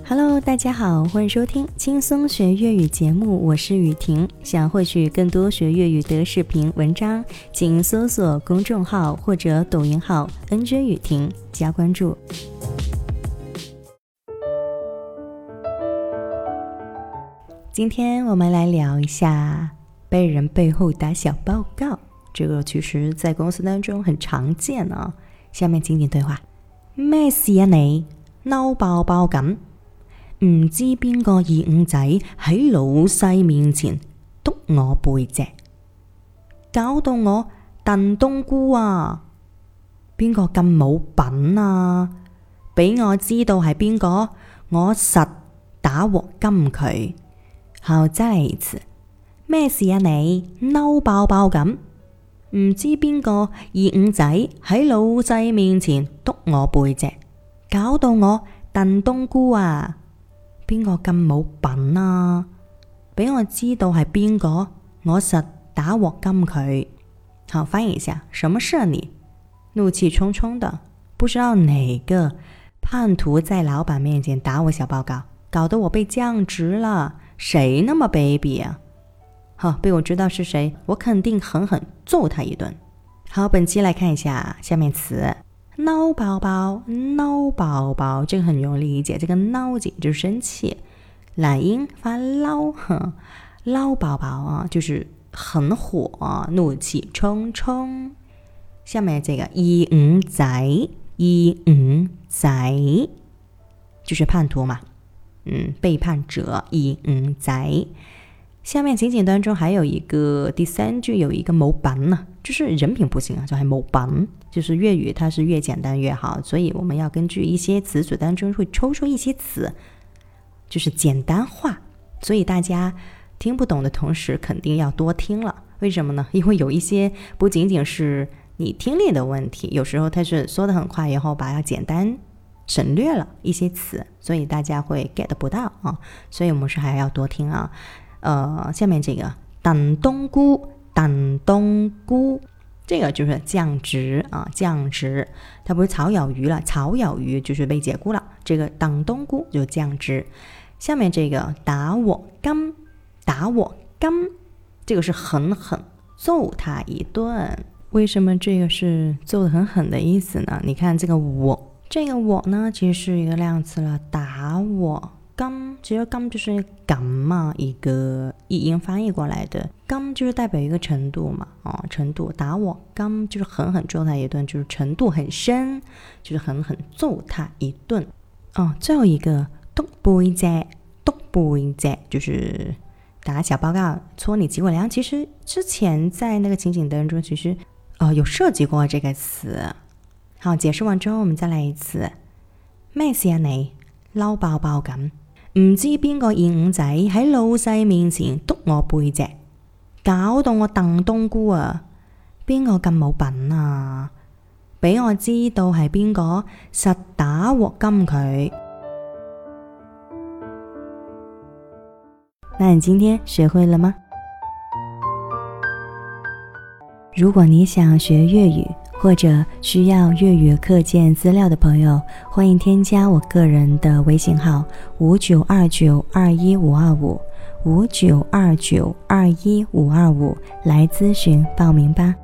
Hello， 大家好，欢迎收听轻松学粤语节目，我是雨婷。想获取更多学粤语的视频文章，请搜索公众号或者抖音号 NJ 雨婷加关注。今天我们来聊一下被人背后打小报告，这个其实在公司当中很常見啊。下面情景對話：咩事啊你？嬲爆爆咁，唔知邊個二五仔喺老細面前督我背脊，搞到我燉冬菇啊！邊個咁冇品啊？俾我知道係邊個，我實打鑊金佢。好，再嚟一次。咩事啊你？嬲爆爆咁，唔知邊個二五仔喺老細面前督我背脊，搞到我燉冬菇啊！邊個咁冇品啊？俾我知道係邊個，我實打鑊金佢。好，翻譯一下，什麼事啊你？怒氣沖沖的，不知道哪個叛徒在老闆面前打我小報告，搞得我被降職了。誰那麼卑鄙啊？好，被我知道是誰，我肯定狠狠揍他一頓。好，本期來看一下下面詞。嬲爆爆，嬲爆爆，這個很容易理解，這個嬲字就是生氣，懶音發嬲，嬲爆爆啊，就是很火啊，怒氣沖沖。下面這個二五仔，二五仔就是叛徒嘛，背叛者，二五仔。下面情景當中還有一個第三句有一個冇品呢，就是人品不行啊，就係冇品，就是粵語它是越簡單越好，所以我們要根據一些詞組當中會抽出一些詞，就是簡單化，所以大家聽不懂的同時肯定要多聽了。為什麼呢？因為有一些不僅僅是你聽力的問題，有時候它是說得很快，然後把它簡單省略了一些詞，所以大家會 get 不到啊，所以我們是還要多聽啊。下面這個燉冬菇，燉冬菇，這個就是降職啊，降職，它不是炒魷魚了，炒魷魚就是被解雇了，這個燉冬菇就降職。下面這個打鑊金，打鑊金，這個是狠狠揍他一頓。為什麼這個是揍得很狠的意思呢？你看這個鑊，這個鑊呢其實是一個量詞了，打鑊金，其實金就是咁嘛，一個譯音翻譯過來的，金就是代表一個程度嘛，程度，打鑊金就是狠狠揍他一頓，就是程度很深，就是狠狠揍他一頓。最後一個督背脊，督背脊就是打小報告，搓你脊骨梁。其實之前在那個情景當中，其實有涉及過這個詞。好，解釋完之後，我們再來一次。咩事啊你？嬲爆爆咁，唔知邊個二五仔喺老細面前督我背脊，搞到我燉冬菇啊！邊個咁冇品啊？俾我知道係邊個，實打鑊金佢。那你今天學會了嗎？如果你想學粵語或者需要粵語課件資料的朋友，歡迎添加我個人的微信號5929215525，59292155來諮詢報名吧。